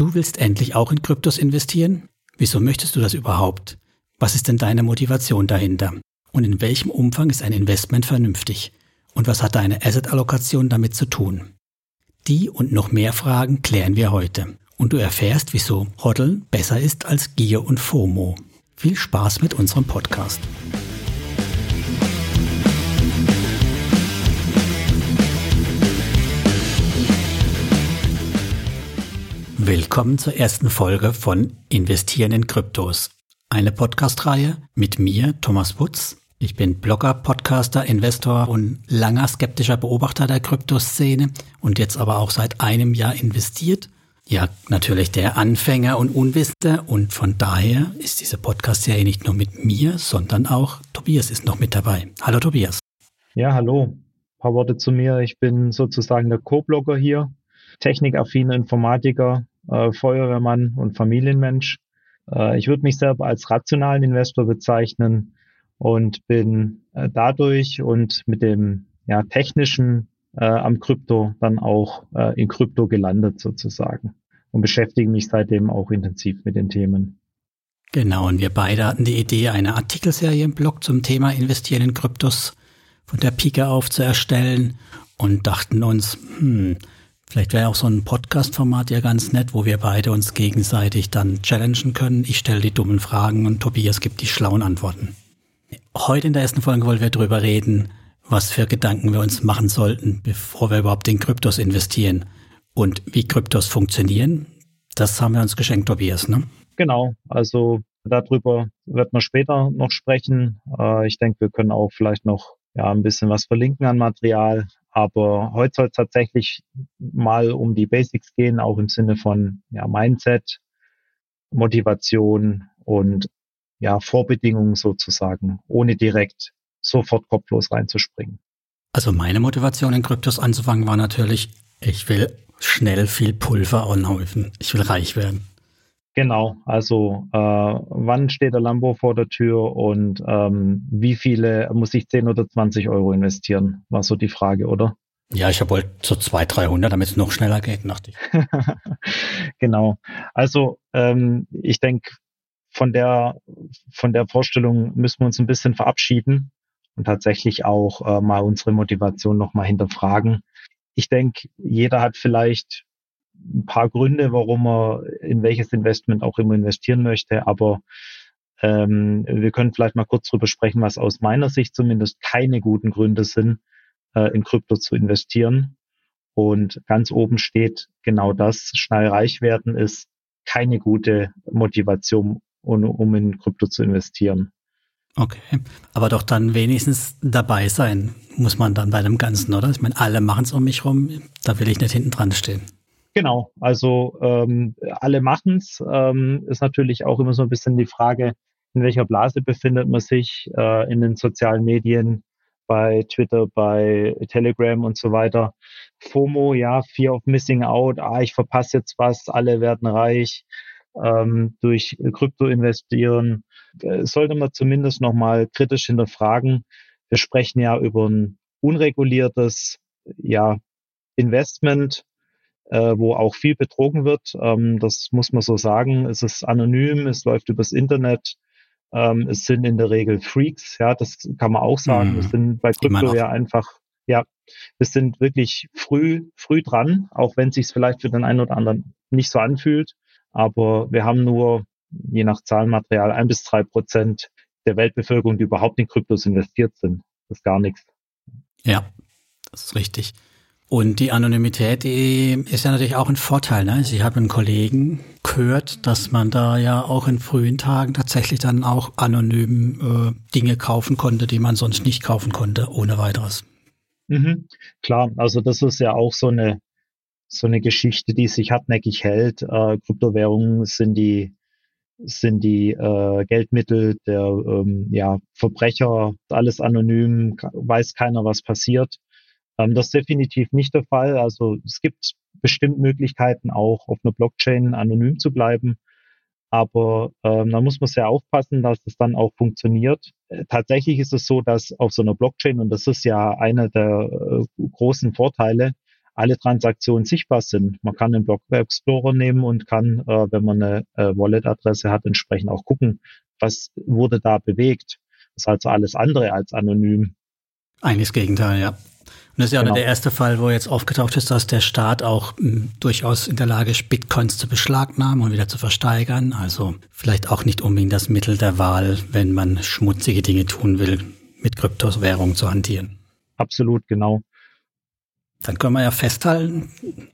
Du willst endlich auch in Kryptos investieren? Wieso möchtest du das überhaupt? Was ist denn deine Motivation dahinter? Und in welchem Umfang ist ein Investment vernünftig? Und was hat deine Asset-Allokation damit zu tun? Die und noch mehr Fragen klären wir heute. Und du erfährst, wieso HODL besser ist als Gier und FOMO. Viel Spaß mit unserem Podcast. Willkommen zur ersten Folge von Investieren in Kryptos. Eine Podcast-Reihe mit mir, Thomas Wutz. Ich bin Blogger, Podcaster, Investor und langer skeptischer Beobachter der Kryptoszene und jetzt aber auch seit einem Jahr investiert. Ja, natürlich der Anfänger und Unwissende, und von daher ist diese Podcast-Serie nicht nur mit mir, sondern auch Tobias ist noch mit dabei. Hallo Tobias. Ja, hallo. Ein paar Worte zu mir. Ich bin sozusagen der Co-Blogger hier, technikaffiner Informatiker, Feuerwehrmann und Familienmensch. Ich würde mich selber als rationalen Investor bezeichnen und bin dadurch und mit dem technischen am Krypto dann auch in Krypto gelandet sozusagen und beschäftige mich seitdem auch intensiv mit den Themen. Genau, und wir beide hatten die Idee, eine Artikelserie im Blog zum Thema Investieren in Kryptos von der Pike auf zu erstellen und dachten uns, vielleicht wäre auch so ein Podcast-Format ja ganz nett, wo wir beide uns gegenseitig dann challengen können. Ich stelle die dummen Fragen und Tobias gibt die schlauen Antworten. Heute in der ersten Folge wollen wir darüber reden, was für Gedanken wir uns machen sollten, bevor wir überhaupt in Kryptos investieren und wie Kryptos funktionieren. Das haben wir uns geschenkt, Tobias, ne? Genau, also darüber wird man später noch sprechen. Ich denke, wir können auch vielleicht noch ein bisschen was verlinken an Material. Aber heute soll es tatsächlich mal um die Basics gehen, auch im Sinne von Mindset, Motivation und Vorbedingungen sozusagen, ohne direkt sofort kopflos reinzuspringen. Also meine Motivation in Kryptos anzufangen war natürlich, ich will schnell viel Pulver anhäufen. Ich will reich werden. Genau, also wann steht der Lambo vor der Tür und wie viele muss ich 10 oder 20 Euro investieren, war so die Frage, oder? Ja, ich habe wohl so 200, 300, damit es noch schneller geht, dachte ich. Genau, also ich denke, von der Vorstellung müssen wir uns ein bisschen verabschieden und tatsächlich auch mal unsere Motivation nochmal hinterfragen. Ich denke, jeder hat vielleicht ein paar Gründe, warum er in welches Investment auch immer investieren möchte, aber wir können vielleicht mal kurz drüber sprechen, was aus meiner Sicht zumindest keine guten Gründe sind, in Krypto zu investieren. Und ganz oben steht genau das: schnell reich werden ist keine gute Motivation, um in Krypto zu investieren. Okay, aber doch dann wenigstens dabei sein muss man dann bei dem Ganzen, oder? Ich meine, alle machen es um mich rum, da will ich nicht hinten dran stehen. Genau, also alle machen's. Ist natürlich auch immer so ein bisschen die Frage, in welcher Blase befindet man sich in den sozialen Medien, bei Twitter, bei Telegram und so weiter. FOMO, Fear of Missing Out, ich verpasse jetzt was, alle werden reich durch Krypto investieren. Sollte man zumindest nochmal kritisch hinterfragen. Wir sprechen ja über ein unreguliertes Investment, wo auch viel betrogen wird. Das muss man so sagen. Es ist anonym, es läuft übers Internet. Es sind in der Regel Freaks, das kann man auch sagen. Wir sind bei Krypto wir sind wirklich früh dran, auch wenn es sich vielleicht für den einen oder anderen nicht so anfühlt. Aber wir haben nur, je nach Zahlenmaterial, 1-3% der Weltbevölkerung, die überhaupt in Kryptos investiert sind. Das ist gar nichts. Ja, das ist richtig. Und die Anonymität, die ist ja natürlich auch ein Vorteil, ne? Ich habe einen Kollegen gehört, dass man da ja auch in frühen Tagen tatsächlich dann auch anonym Dinge kaufen konnte, die man sonst nicht kaufen konnte, ohne weiteres. Klar, also das ist ja auch so eine Geschichte, die sich hartnäckig hält. Kryptowährungen sind die Geldmittel der Verbrecher, alles anonym, weiß keiner, was passiert. Das ist definitiv nicht der Fall. Also es gibt bestimmt Möglichkeiten, auch auf einer Blockchain anonym zu bleiben. Aber da muss man sehr aufpassen, dass es dann auch funktioniert. Tatsächlich ist es so, dass auf so einer Blockchain, und das ist ja einer der großen Vorteile, alle Transaktionen sichtbar sind. Man kann den Block Explorer nehmen und kann, wenn man eine Wallet-Adresse hat, entsprechend auch gucken, was wurde da bewegt. Das ist also alles andere als anonym. Eigentlich das Gegenteil, ja. Und das ist ja auch Genau. der erste Fall, wo jetzt aufgetaucht ist, dass der Staat auch durchaus in der Lage ist, Bitcoins zu beschlagnahmen und wieder zu versteigern. Also vielleicht auch nicht unbedingt das Mittel der Wahl, wenn man schmutzige Dinge tun will, mit Kryptowährungen zu hantieren. Absolut, genau. Dann können wir ja festhalten,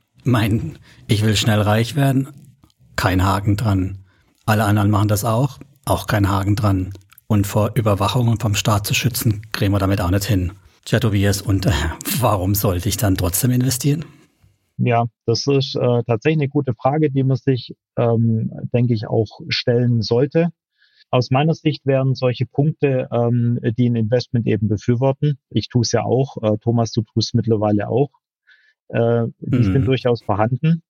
ich will schnell reich werden, kein Haken dran. Alle anderen machen das auch kein Haken dran. Und vor Überwachung und vom Staat zu schützen, kriegen wir damit auch nicht hin. Tja, Tobias, und warum sollte ich dann trotzdem investieren? Ja, das ist tatsächlich eine gute Frage, die man sich, denke ich, auch stellen sollte. Aus meiner Sicht wären solche Punkte, die ein Investment eben befürworten. Ich tue es ja auch. Thomas, du tust es mittlerweile auch. Die sind durchaus vorhanden.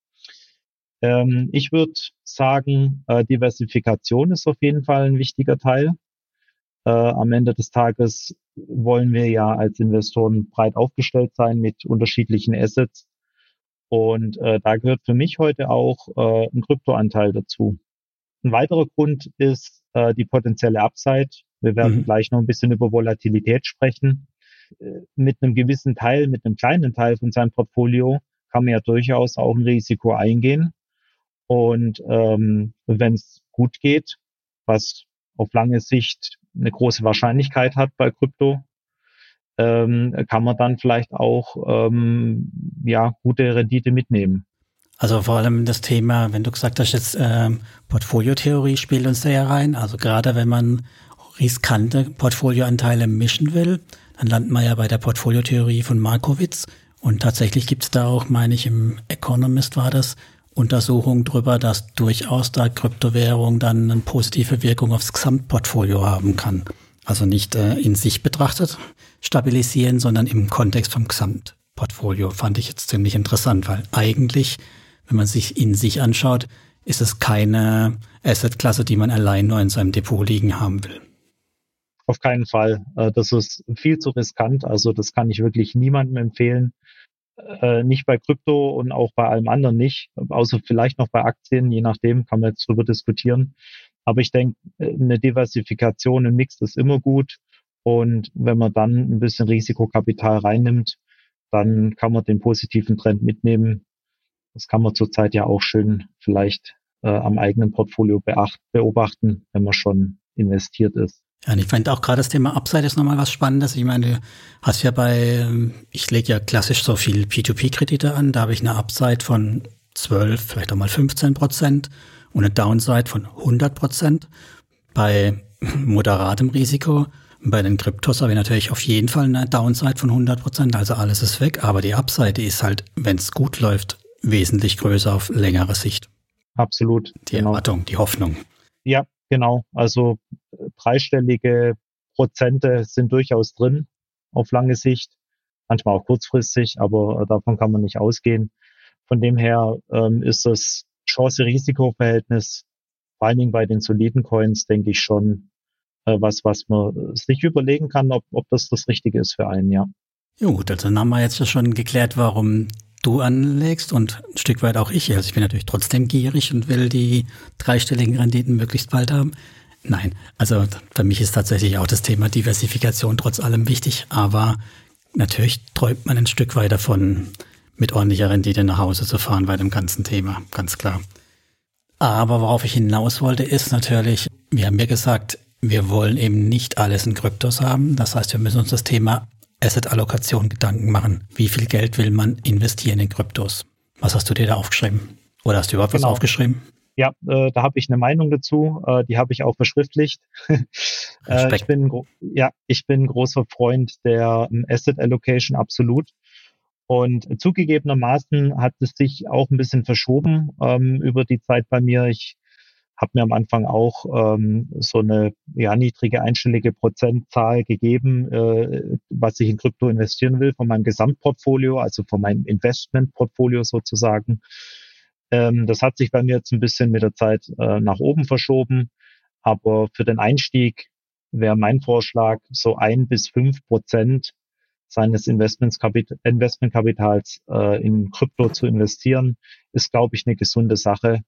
Ich würde sagen, Diversifikation ist auf jeden Fall ein wichtiger Teil. Am Ende des Tages wollen wir ja als Investoren breit aufgestellt sein mit unterschiedlichen Assets. Und da gehört für mich heute auch ein Kryptoanteil dazu. Ein weiterer Grund ist die potenzielle Upside. Wir werden gleich noch ein bisschen über Volatilität sprechen. Mit einem gewissen Teil, mit einem kleinen Teil von seinem Portfolio kann man ja durchaus auch ein Risiko eingehen. Und wenn es gut geht, was auf lange Sicht eine große Wahrscheinlichkeit hat bei Krypto, kann man dann vielleicht auch gute Rendite mitnehmen. Also vor allem das Thema, wenn du gesagt hast, jetzt Portfoliotheorie spielt uns da ja rein. Also gerade wenn man riskante Portfolioanteile mischen will, dann landet man ja bei der Portfoliotheorie von Markowitz. Und tatsächlich gibt es da auch, meine ich, im Economist war das, Untersuchungen drüber, dass durchaus da Kryptowährung dann eine positive Wirkung aufs Gesamtportfolio haben kann. Also nicht in sich betrachtet stabilisieren, sondern im Kontext vom Gesamtportfolio. Fand ich jetzt ziemlich interessant, weil eigentlich, wenn man sich in sich anschaut, ist es keine Assetklasse, die man allein nur in seinem Depot liegen haben will. Auf keinen Fall. Das ist viel zu riskant. Also das kann ich wirklich niemandem empfehlen. Nicht bei Krypto und auch bei allem anderen nicht. Außer vielleicht noch bei Aktien, je nachdem kann man jetzt drüber diskutieren. Aber ich denke, eine Diversifikation, ein Mix ist immer gut. Und wenn man dann ein bisschen Risikokapital reinnimmt, dann kann man den positiven Trend mitnehmen. Das kann man zurzeit ja auch schön vielleicht am eigenen Portfolio beobachten, wenn man schon investiert ist. Ja, und ich fand auch gerade das Thema Upside ist nochmal was Spannendes. Ich meine, du hast ja ich lege ja klassisch so viel P2P-Kredite an, da habe ich eine Upside von 12, vielleicht auch mal 15% und eine Downside von 100% bei moderatem Risiko. Und bei den Kryptos habe ich natürlich auf jeden Fall eine Downside von 100%, also alles ist weg, aber die Upside, die ist halt, wenn es gut läuft, wesentlich größer auf längere Sicht. Absolut. Die Erwartung, die Hoffnung. Ja, genau. Also dreistellige Prozente sind durchaus drin auf lange Sicht, manchmal auch kurzfristig, aber davon kann man nicht ausgehen. Von dem her ist das Chance-Risiko-Verhältnis, vor allen Dingen bei den soliden Coins, denke ich schon, was man sich überlegen kann, ob das Richtige ist für einen, ja. Jo, gut, also dann haben wir jetzt schon geklärt, warum du anlegst und ein Stück weit auch ich. Also ich bin natürlich trotzdem gierig und will die dreistelligen Renditen möglichst bald haben. Nein, also für mich ist tatsächlich auch das Thema Diversifikation trotz allem wichtig, aber natürlich träumt man ein Stück weit davon, mit ordentlicher Rendite nach Hause zu fahren bei dem ganzen Thema, ganz klar. Aber worauf ich hinaus wollte, ist natürlich, wir haben ja gesagt, wir wollen eben nicht alles in Kryptos haben. Das heißt, wir müssen uns das Thema Asset-Allokation Gedanken machen. Wie viel Geld will man investieren in Kryptos? Was hast du dir da aufgeschrieben? Oder hast du überhaupt was aufgeschrieben? Ja, da habe ich eine Meinung dazu. Die habe ich auch verschriftlicht. Ich bin großer Freund der Asset Allocation, absolut. Und zugegebenermaßen hat es sich auch ein bisschen verschoben über die Zeit bei mir. Ich habe mir am Anfang auch so eine niedrige einstellige Prozentzahl gegeben, was ich in Krypto investieren will von meinem Gesamtportfolio, also von meinem Investmentportfolio sozusagen. Das hat sich bei mir jetzt ein bisschen mit der Zeit nach oben verschoben, aber für den Einstieg wäre mein Vorschlag so 1 bis 5% seines Investmentkapitals in Krypto zu investieren, ist, glaube ich, eine gesunde Sache.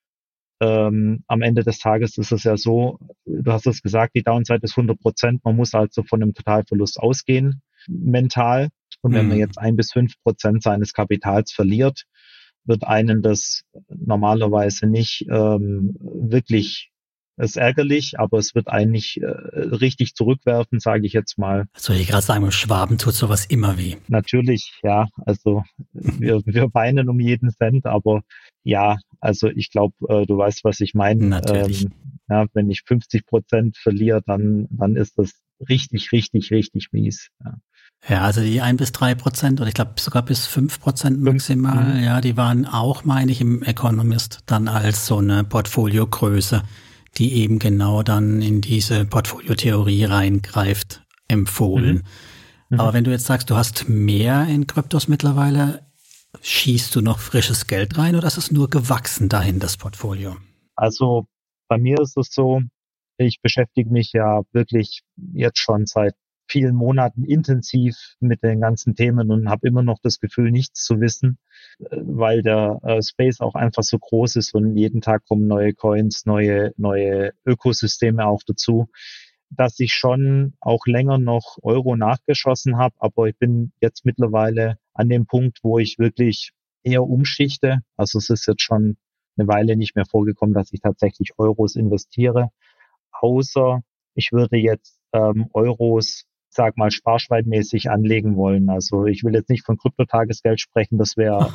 Am Ende des Tages ist es ja so, du hast es gesagt, die Downside ist 100%. Man muss also von einem Totalverlust ausgehen, mental. Und wenn man jetzt 1-5% seines Kapitals verliert, wird einen das normalerweise nicht wirklich, es ist ärgerlich, aber es wird einen nicht richtig zurückwerfen, sage ich jetzt mal. Soll ich gerade sagen, im Schwaben tut sowas immer weh. Natürlich, ja, also wir weinen um jeden Cent, aber ja, also ich glaube, du weißt, was ich meine. Natürlich. Ja, wenn ich 50% verliere, dann ist das richtig, richtig, richtig mies. Ja. Ja, also die 1-3% oder ich glaube sogar bis 5% maximal, ja, die waren auch, meine ich, im Economist dann als so eine Portfoliogröße, die eben genau dann in diese Portfoliotheorie reingreift, empfohlen. Aber wenn du jetzt sagst, du hast mehr in Kryptos mittlerweile, schießt du noch frisches Geld rein oder ist es nur gewachsen dahin, das Portfolio? Also bei mir ist es so, ich beschäftige mich ja wirklich jetzt schon seit vielen Monaten intensiv mit den ganzen Themen und habe immer noch das Gefühl, nichts zu wissen, weil der Space auch einfach so groß ist und jeden Tag kommen neue Coins, neue Ökosysteme auch dazu, dass ich schon auch länger noch Euro nachgeschossen habe, aber ich bin jetzt mittlerweile an dem Punkt, wo ich wirklich eher umschichte. Also es ist jetzt schon eine Weile nicht mehr vorgekommen, dass ich tatsächlich Euros investiere, außer ich würde jetzt Euros, sag mal, sparschweinmäßig anlegen wollen. Also ich will jetzt nicht von Kryptotagesgeld sprechen, das wäre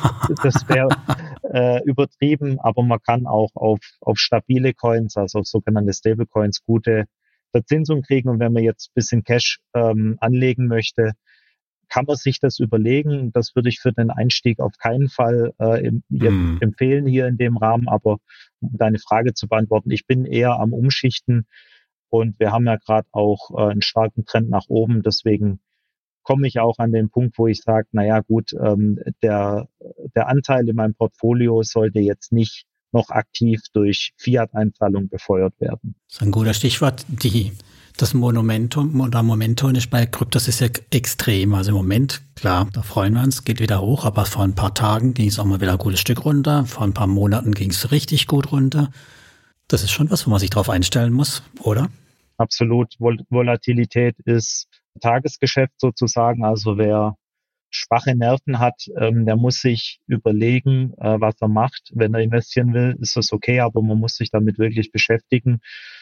übertrieben, aber man kann auch auf stabile Coins, also auf sogenannte Stablecoins, gute Verzinsung kriegen. Und wenn man jetzt ein bisschen Cash anlegen möchte, kann man sich das überlegen. Das würde ich für den Einstieg auf keinen Fall empfehlen hier in dem Rahmen. Aber um deine Frage zu beantworten, ich bin eher am Umschichten und wir haben ja gerade auch einen starken Trend nach oben. Deswegen komme ich auch an den Punkt, wo ich sage, naja gut, der Anteil in meinem Portfolio sollte jetzt nicht noch aktiv durch Fiat-Einzahlung befeuert werden. Das ist ein guter Stichwort. Das Momentum ist bei Kryptos ist ja extrem. Also im Moment, klar, da freuen wir uns, geht wieder hoch, aber vor ein paar Tagen ging es auch mal wieder ein gutes Stück runter. Vor ein paar Monaten ging es richtig gut runter. Das ist schon was, wo man sich drauf einstellen muss, oder? Absolut. Volatilität ist Tagesgeschäft sozusagen. Also wer schwache Nerven hat, der muss sich überlegen, was er macht. Wenn er investieren will, ist das okay, aber man muss sich damit wirklich beschäftigen.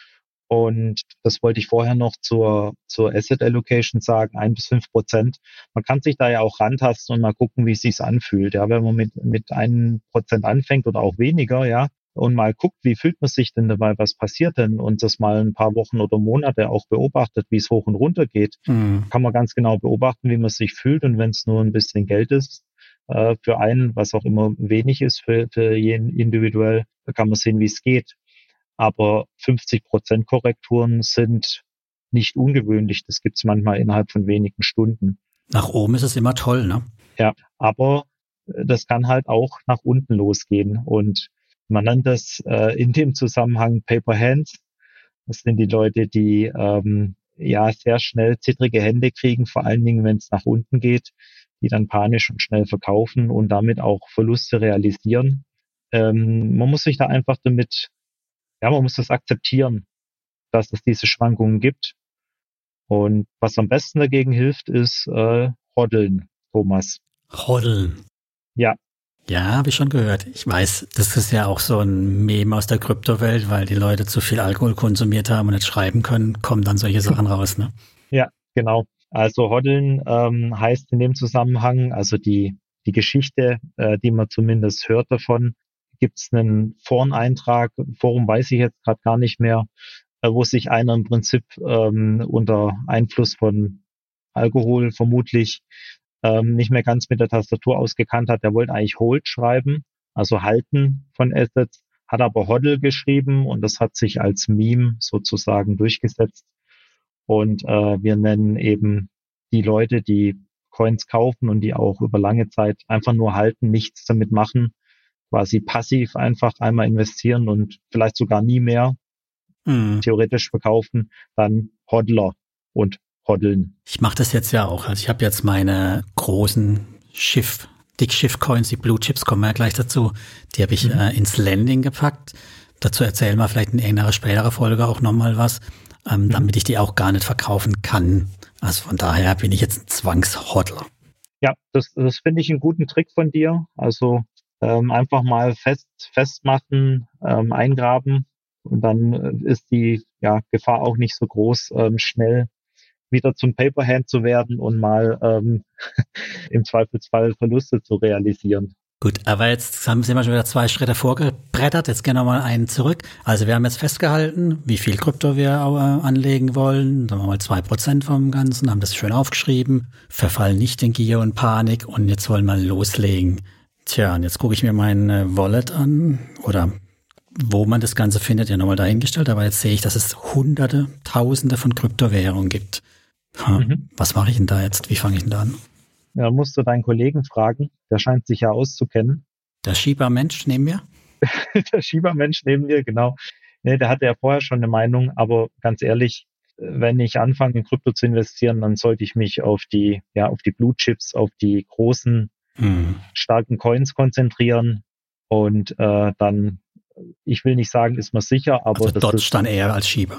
Und das wollte ich vorher noch zur Asset Allocation sagen, 1-5%. Man kann sich da ja auch rantasten und mal gucken, wie es sich anfühlt. Ja, wenn man mit 1% anfängt oder auch weniger, ja, und mal guckt, wie fühlt man sich denn dabei, was passiert denn und das mal ein paar Wochen oder Monate auch beobachtet, wie es hoch und runter geht, kann man ganz genau beobachten, wie man sich fühlt. Und wenn es nur ein bisschen Geld ist, für einen, was auch immer wenig ist für jeden individuell, da kann man sehen, wie es geht. Aber 50% Korrekturen sind nicht ungewöhnlich. Das gibt es manchmal innerhalb von wenigen Stunden. Nach oben ist es immer toll, ne? Ja, aber das kann halt auch nach unten losgehen. Und man nennt das in dem Zusammenhang Paper Hands. Das sind die Leute, die ja sehr schnell zittrige Hände kriegen, vor allen Dingen, wenn es nach unten geht, die dann panisch und schnell verkaufen und damit auch Verluste realisieren. Man muss sich da einfach damit, ja, man muss das akzeptieren, dass es diese Schwankungen gibt. Und was am besten dagegen hilft, ist Hoddeln, Thomas. Hoddeln. Ja. Ja, habe ich schon gehört. Ich weiß, das ist ja auch so ein Meme aus der Kryptowelt, weil die Leute zu viel Alkohol konsumiert haben und nicht schreiben können, kommen dann solche Sachen raus, ne? Ja, genau. Also Hoddeln heißt in dem Zusammenhang, also die Geschichte, die man zumindest hört davon, gibt es einen Foreneintrag, Forum weiß ich jetzt gerade gar nicht mehr, wo sich einer im Prinzip unter Einfluss von Alkohol vermutlich nicht mehr ganz mit der Tastatur ausgekannt hat. Der wollte eigentlich Hold schreiben, also halten von Assets, hat aber Hodl geschrieben und das hat sich als Meme sozusagen durchgesetzt. Und wir nennen eben die Leute, die Coins kaufen und die auch über lange Zeit einfach nur halten, nichts damit machen, quasi passiv einfach einmal investieren und vielleicht sogar nie mehr theoretisch verkaufen, dann Hodler. Und hoddeln. Ich mache das jetzt ja auch. Also ich habe jetzt meine großen Dick-Schiff-Coins, die Blue Chips, kommen wir ja gleich dazu, die habe ich ins Landing gepackt. Dazu erzählen wir vielleicht in irgendeiner späteren Folge auch nochmal was, damit ich die auch gar nicht verkaufen kann. Also von daher bin ich jetzt ein Zwangshodler. Ja, das finde ich einen guten Trick von dir. Also einfach mal festmachen, eingraben und dann ist die Gefahr auch nicht so groß, schnell wieder zum Paperhand zu werden und mal im Zweifelsfall Verluste zu realisieren. Gut, aber jetzt sind wir schon wieder 2 Schritte vorgebrettert. Jetzt gehen wir mal einen zurück. Also wir haben jetzt festgehalten, wie viel Krypto wir anlegen wollen. Sagen wir mal 2% vom Ganzen, haben das schön aufgeschrieben, verfallen nicht in Gier und Panik und jetzt wollen wir loslegen. Tja, und jetzt gucke ich mir mein Wallet an oder wo man das Ganze findet, ja nochmal dahingestellt. Aber jetzt sehe ich, dass es Hunderte, Tausende von Kryptowährungen gibt. Was mache ich denn da jetzt? Wie fange ich denn da an? Ja, musst du deinen Kollegen fragen. Der scheint sich ja auszukennen. Der Schiebermensch neben mir? Der Schiebermensch neben mir, genau. Nee, der hatte ja vorher schon eine Meinung, aber ganz ehrlich, wenn ich anfange, in Krypto zu investieren, dann sollte ich mich auf die Blue Chips, auf die großen, starken Coins konzentrieren und dann, ich will nicht sagen, ist man sicher, aber also das Dodge ist dann eher als Schieber.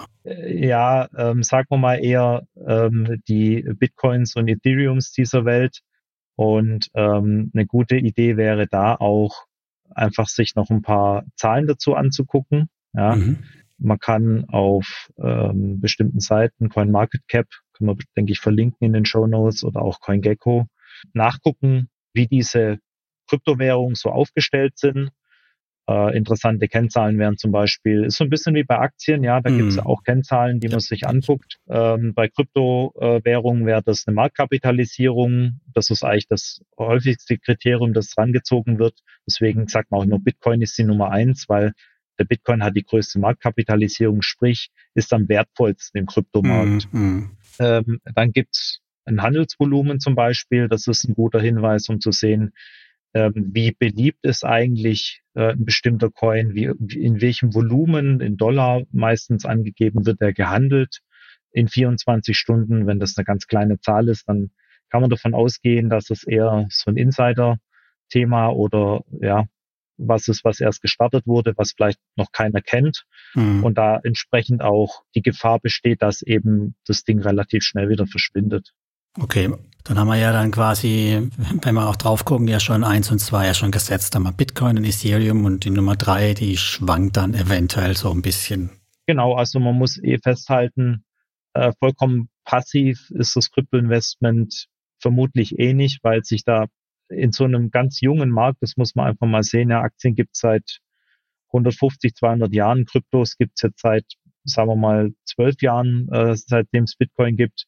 Sagen wir mal eher die Bitcoins und Ethereums dieser Welt. Und eine gute Idee wäre da auch einfach sich noch ein paar Zahlen dazu anzugucken. Ja, man kann auf bestimmten Seiten, CoinMarketCap, können wir, denke ich, verlinken in den Shownotes oder auch CoinGecko, nachgucken, wie diese Kryptowährungen so aufgestellt sind. Interessante Kennzahlen wären zum Beispiel, ist so ein bisschen wie bei Aktien, ja, da gibt es auch Kennzahlen, die man sich anguckt. Bei Kryptowährungen wäre das eine Marktkapitalisierung. Das ist eigentlich das häufigste Kriterium, das rangezogen wird. Deswegen sagt man auch nur, Bitcoin ist die Nummer 1, weil der Bitcoin hat die größte Marktkapitalisierung, sprich ist am wertvollsten im Kryptomarkt. Dann gibt's ein Handelsvolumen zum Beispiel. Das ist ein guter Hinweis, um zu sehen, wie beliebt ist eigentlich ein bestimmter Coin, in welchem Volumen in Dollar meistens angegeben wird er gehandelt in 24 Stunden. Wenn das eine ganz kleine Zahl ist, dann kann man davon ausgehen, dass es eher so ein Insider-Thema oder was ist, was erst gestartet wurde, was vielleicht noch keiner kennt. Und da entsprechend auch die Gefahr besteht, dass eben das Ding relativ schnell wieder verschwindet. Okay, dann haben wir ja dann quasi, wenn wir auch drauf gucken, ja schon 1 und 2 ja schon gesetzt. Dann haben wir Bitcoin und Ethereum und die Nummer 3, die schwankt dann eventuell so ein bisschen. Genau, also man muss festhalten, vollkommen passiv ist das Kryptoinvestment vermutlich nicht, weil sich da in so einem ganz jungen Markt, das muss man einfach mal sehen, ja, Aktien gibt es seit 150, 200 Jahren, Kryptos gibt es jetzt seit, sagen wir mal, 12 Jahren, seitdem es Bitcoin gibt.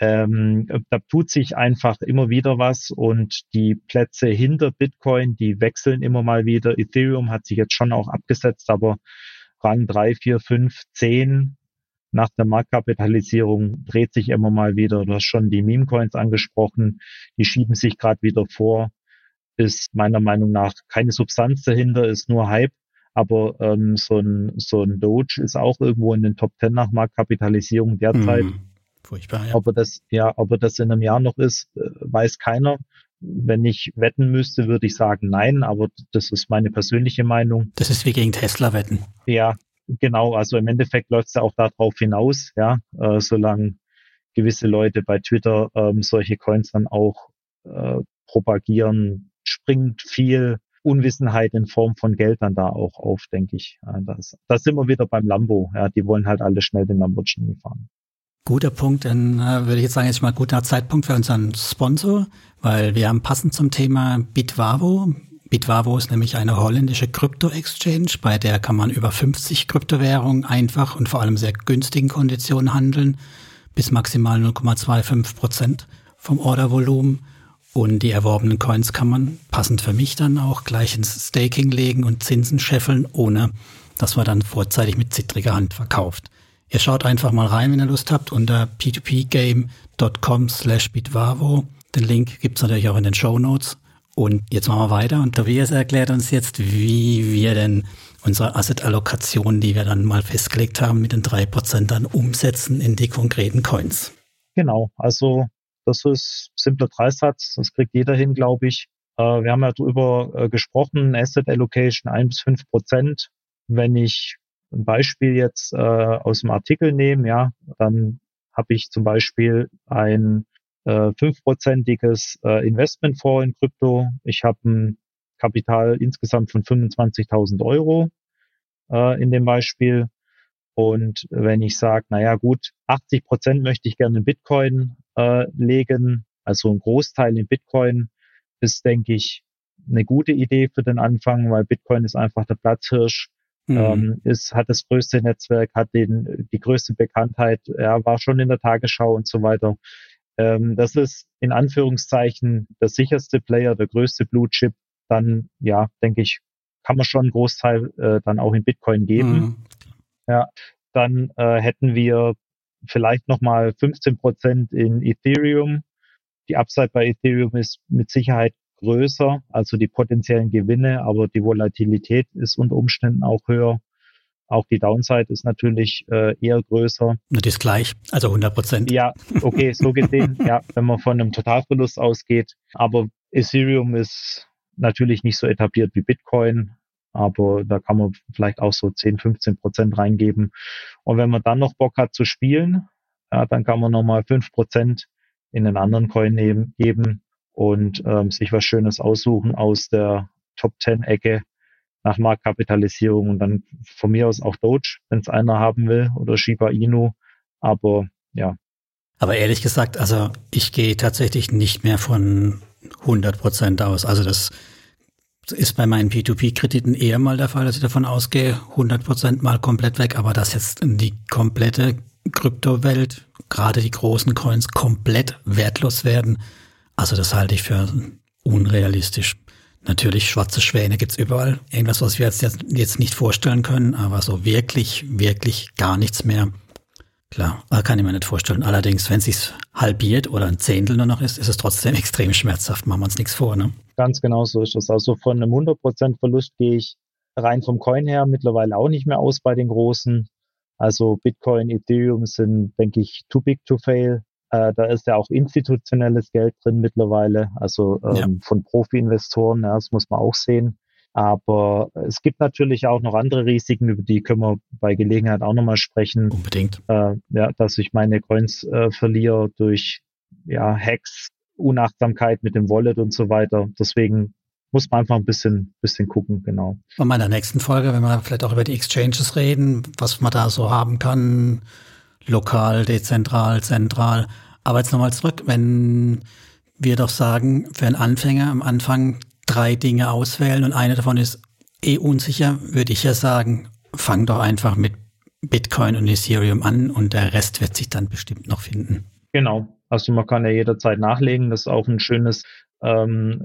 Da tut sich einfach immer wieder was und die Plätze hinter Bitcoin, die wechseln immer mal wieder. Ethereum hat sich jetzt schon auch abgesetzt, aber Rang 3, 4, 5, 10 nach der Marktkapitalisierung dreht sich immer mal wieder. Du hast schon die Meme-Coins angesprochen, die schieben sich gerade wieder vor. Ist meiner Meinung nach keine Substanz dahinter, ist nur Hype. Aber so ein Doge ist auch irgendwo in den Top 10 nach Marktkapitalisierung derzeit. Furchtbar, ja. Ob er das in einem Jahr noch ist, weiß keiner. Wenn ich wetten müsste, würde ich sagen nein, aber das ist meine persönliche Meinung. Das ist wie gegen Tesla wetten. Ja, genau. Also im Endeffekt läuft es ja auch darauf hinaus, ja, solange gewisse Leute bei Twitter solche Coins dann auch propagieren, springt viel Unwissenheit in Form von Geld dann da auch auf, denke ich. Das sind wir wieder beim Lambo. Ja, die wollen halt alle schnell den Lamborghini fahren. Guter Punkt, dann würde ich jetzt sagen, jetzt mal guter Zeitpunkt für unseren Sponsor, weil wir haben passend zum Thema Bitvavo. Bitvavo ist nämlich eine holländische Krypto-Exchange, bei der kann man über 50 Kryptowährungen einfach und vor allem sehr günstigen Konditionen handeln, bis maximal 0,25% vom Ordervolumen. Und die erworbenen Coins kann man, passend für mich dann auch, gleich ins Staking legen und Zinsen scheffeln, ohne dass man dann vorzeitig mit zittriger Hand verkauft. Ihr schaut einfach mal rein, wenn ihr Lust habt, unter p2pgame.com/bitvavo. Den Link gibt's natürlich auch in den Shownotes. Und jetzt machen wir weiter. Und Tobias erklärt uns jetzt, wie wir denn unsere Asset-Allokation, die wir dann mal festgelegt haben, mit den 3% dann umsetzen in die konkreten Coins. Genau, also das ist simpler Dreisatz, das kriegt jeder hin, glaube ich. Wir haben ja drüber gesprochen, Asset Allocation 1 bis 5%. Wenn ich ein Beispiel jetzt aus dem Artikel nehme, ja, dann habe ich zum Beispiel ein 5%iges Investmentfonds in Krypto. Ich habe ein Kapital insgesamt von 25.000 Euro in dem Beispiel. Und wenn ich sage, naja gut, 80% möchte ich gerne in Bitcoin legen, also ein Großteil in Bitcoin, ist, denke ich, eine gute Idee für den Anfang, weil Bitcoin ist einfach der Platzhirsch, hat das größte Netzwerk, hat die größte Bekanntheit, ja, war schon in der Tagesschau und so weiter. Das ist in Anführungszeichen der sicherste Player, der größte Blue Chip. Dann, ja, denke ich, kann man schon einen Großteil dann auch in Bitcoin geben. Ja, dann hätten wir vielleicht nochmal 15% in Ethereum. Die Upside bei Ethereum ist mit Sicherheit größer, also die potenziellen Gewinne, aber die Volatilität ist unter Umständen auch höher. Auch die Downside ist natürlich eher größer. Das ist gleich, also 100%. Ja, okay, so gesehen, ja, wenn man von einem Totalverlust ausgeht. Aber Ethereum ist natürlich nicht so etabliert wie Bitcoin, aber da kann man vielleicht auch so 10-15% reingeben. Und wenn man dann noch Bock hat zu spielen, ja, dann kann man nochmal 5% in einen anderen Coin geben und sich was Schönes aussuchen aus der Top-10-Ecke nach Marktkapitalisierung und dann von mir aus auch Doge, wenn es einer haben will, oder Shiba Inu. Aber ja. Aber ehrlich gesagt, also ich gehe tatsächlich nicht mehr von 100% aus. Also das ist bei meinen P2P-Krediten eher mal der Fall, dass ich davon ausgehe, 100% mal komplett weg. Aber dass jetzt die komplette Kryptowelt, gerade die großen Coins, komplett wertlos werden, also das halte ich für unrealistisch. Natürlich, schwarze Schwäne gibt's überall. Irgendwas, was wir jetzt nicht vorstellen können, aber so wirklich, wirklich gar nichts mehr. Klar, kann ich mir nicht vorstellen. Allerdings, wenn es sich halbiert oder ein Zehntel nur noch ist es trotzdem extrem schmerzhaft. Machen wir uns nichts vor, ne? Ganz genau so ist es. Also von einem 100% Verlust gehe ich rein vom Coin her mittlerweile auch nicht mehr aus bei den großen. Also Bitcoin, Ethereum sind, denke ich, too big to fail. Da ist ja auch institutionelles Geld drin mittlerweile, also von Profi-Investoren, ja, das muss man auch sehen. Aber es gibt natürlich auch noch andere Risiken, über die können wir bei Gelegenheit auch nochmal sprechen. Unbedingt. Ja, dass ich meine Coins verliere durch Hacks, Unachtsamkeit mit dem Wallet und so weiter. Deswegen muss man einfach ein bisschen gucken, genau. Bei meiner nächsten Folge, wenn wir vielleicht auch über die Exchanges reden, was man da so haben kann, lokal, dezentral, zentral. Aber jetzt nochmal zurück, wenn wir doch sagen, für einen Anfänger am Anfang 3 Dinge auswählen und eine davon ist unsicher, würde ich ja sagen, fang doch einfach mit Bitcoin und Ethereum an und der Rest wird sich dann bestimmt noch finden. Genau, also man kann ja jederzeit nachlegen, das ist auch ein schönes oder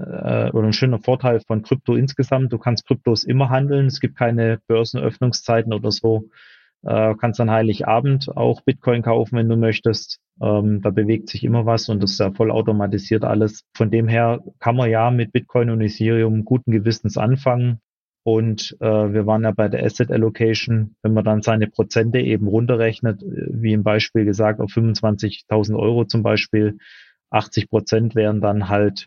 ein schöner Vorteil von Krypto insgesamt. Du kannst Kryptos immer handeln, es gibt keine Börsenöffnungszeiten oder so. Kannst an Heiligabend auch Bitcoin kaufen, wenn du möchtest. Da bewegt sich immer was und das ist ja voll automatisiert alles. Von dem her kann man ja mit Bitcoin und Ethereum guten Gewissens anfangen. Und wir waren ja bei der Asset Allocation, wenn man dann seine Prozente eben runterrechnet, wie im Beispiel gesagt, auf 25.000 Euro zum Beispiel, 80% wären dann halt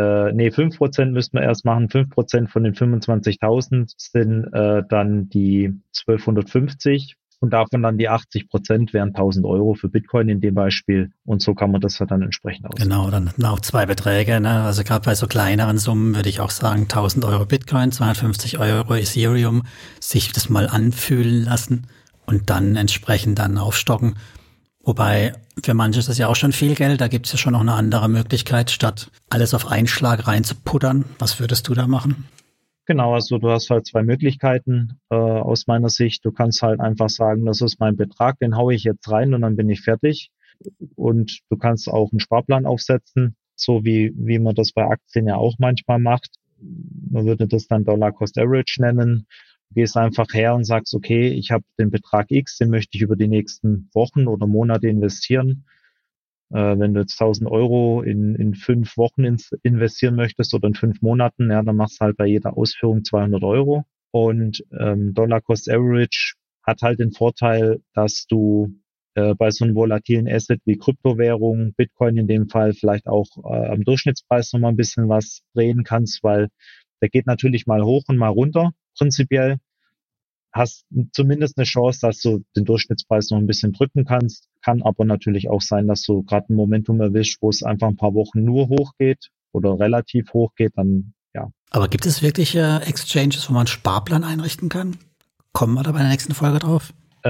5% müssten wir erst machen. 5% von den 25.000 sind dann die 1250 und davon dann die 80% wären 1.000 Euro für Bitcoin in dem Beispiel. Und so kann man das dann entsprechend ausrechnen. Genau, dann auch 2 Beträge. Ne? Also gerade bei so kleineren Summen würde ich auch sagen, 1.000 Euro Bitcoin, 250 Euro Ethereum, sich das mal anfühlen lassen und dann entsprechend dann aufstocken. Wobei für manche ist das ja auch schon viel Geld, da gibt es ja schon noch eine andere Möglichkeit, statt alles auf einen Schlag reinzuputtern. Was würdest du da machen? Genau, also du hast halt 2 Möglichkeiten aus meiner Sicht. Du kannst halt einfach sagen, das ist mein Betrag, den haue ich jetzt rein und dann bin ich fertig. Und du kannst auch einen Sparplan aufsetzen, so wie man das bei Aktien ja auch manchmal macht. Man würde das dann Dollar Cost Average nennen. Du gehst einfach her und sagst, okay, ich habe den Betrag X, den möchte ich über die nächsten Wochen oder Monate investieren. Wenn du jetzt 1.000 Euro in 5 Wochen investieren möchtest oder in 5 Monaten, ja, dann machst du halt bei jeder Ausführung 200 Euro. Und Dollar Cost Average hat halt den Vorteil, dass du bei so einem volatilen Asset wie Kryptowährung, Bitcoin in dem Fall, vielleicht auch am Durchschnittspreis nochmal ein bisschen was drehen kannst, weil der geht natürlich mal hoch und mal runter, prinzipiell. Hast zumindest eine Chance, dass du den Durchschnittspreis noch ein bisschen drücken kannst. Kann aber natürlich auch sein, dass du gerade ein Momentum erwischst, wo es einfach ein paar Wochen nur hochgeht oder relativ hochgeht, dann ja. Aber gibt es wirklich Exchanges, wo man einen Sparplan einrichten kann? Kommen wir da bei der nächsten Folge drauf?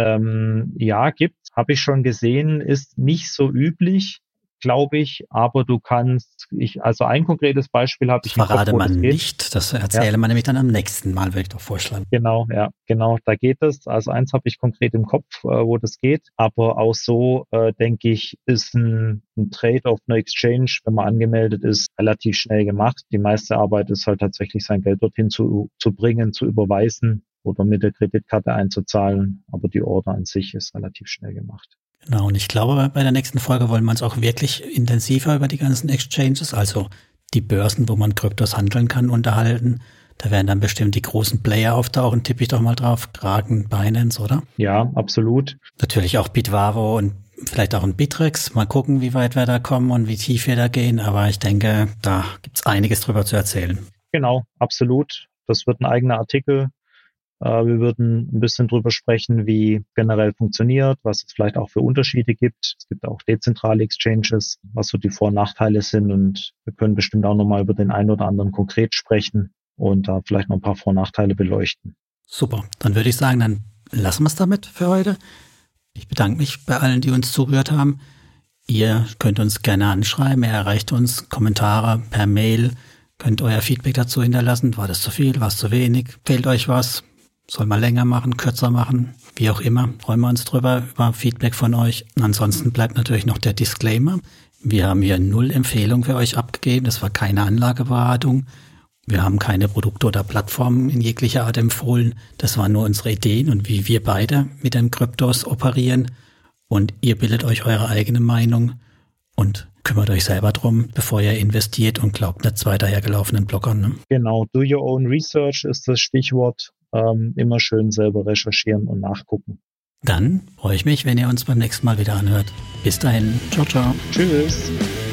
Ja, habe ich schon gesehen, ist nicht so üblich, glaube ich, aber du kannst, also ein konkretes Beispiel habe ich im Kopf, Verrate wo man das geht. nicht, das erzähle man nämlich dann am nächsten Mal, würde ich doch vorschlagen. Genau, ja, genau, da geht es. Also eins habe ich konkret im Kopf, wo das geht, aber auch so, denke ich, ist ein Trade auf einer Exchange, wenn man angemeldet ist, relativ schnell gemacht. Die meiste Arbeit ist halt tatsächlich sein Geld dorthin zu bringen, zu überweisen oder mit der Kreditkarte einzuzahlen, aber die Order an sich ist relativ schnell gemacht. Genau, und ich glaube, bei der nächsten Folge wollen wir uns auch wirklich intensiver über die ganzen Exchanges, also die Börsen, wo man Kryptos handeln kann, unterhalten. Da werden dann bestimmt die großen Player auftauchen, tippe ich doch mal drauf, Kraken, Binance, oder? Ja, absolut. Natürlich auch Bitwavo und vielleicht auch ein Bittrex. Mal gucken, wie weit wir da kommen und wie tief wir da gehen, aber ich denke, da gibt's einiges drüber zu erzählen. Genau, absolut. Das wird ein eigener Artikel. Wir würden ein bisschen drüber sprechen, wie generell funktioniert, was es vielleicht auch für Unterschiede gibt. Es gibt auch dezentrale Exchanges, was so die Vor- und Nachteile sind. Und wir können bestimmt auch nochmal über den einen oder anderen konkret sprechen und da vielleicht noch ein paar Vor- und Nachteile beleuchten. Super, dann würde ich sagen, dann lassen wir es damit für heute. Ich bedanke mich bei allen, die uns zugehört haben. Ihr könnt uns gerne anschreiben, ihr erreicht uns Kommentare per Mail, könnt euer Feedback dazu hinterlassen. War das zu viel, war es zu wenig, fehlt euch was? Soll man länger machen, kürzer machen, wie auch immer. Freuen wir uns drüber, über Feedback von euch. Ansonsten bleibt natürlich noch der Disclaimer. Wir haben hier 0 Empfehlung für euch abgegeben. Das war keine Anlageberatung. Wir haben keine Produkte oder Plattformen in jeglicher Art empfohlen. Das waren nur unsere Ideen und wie wir beide mit den Kryptos operieren. Und ihr bildet euch eure eigene Meinung und kümmert euch selber drum, bevor ihr investiert und glaubt nicht zwei dahergelaufenen Bloggern. Ne? Genau, do your own research ist das Stichwort. Immer schön selber recherchieren und nachgucken. Dann freue ich mich, wenn ihr uns beim nächsten Mal wieder anhört. Bis dahin. Ciao, ciao. Tschüss.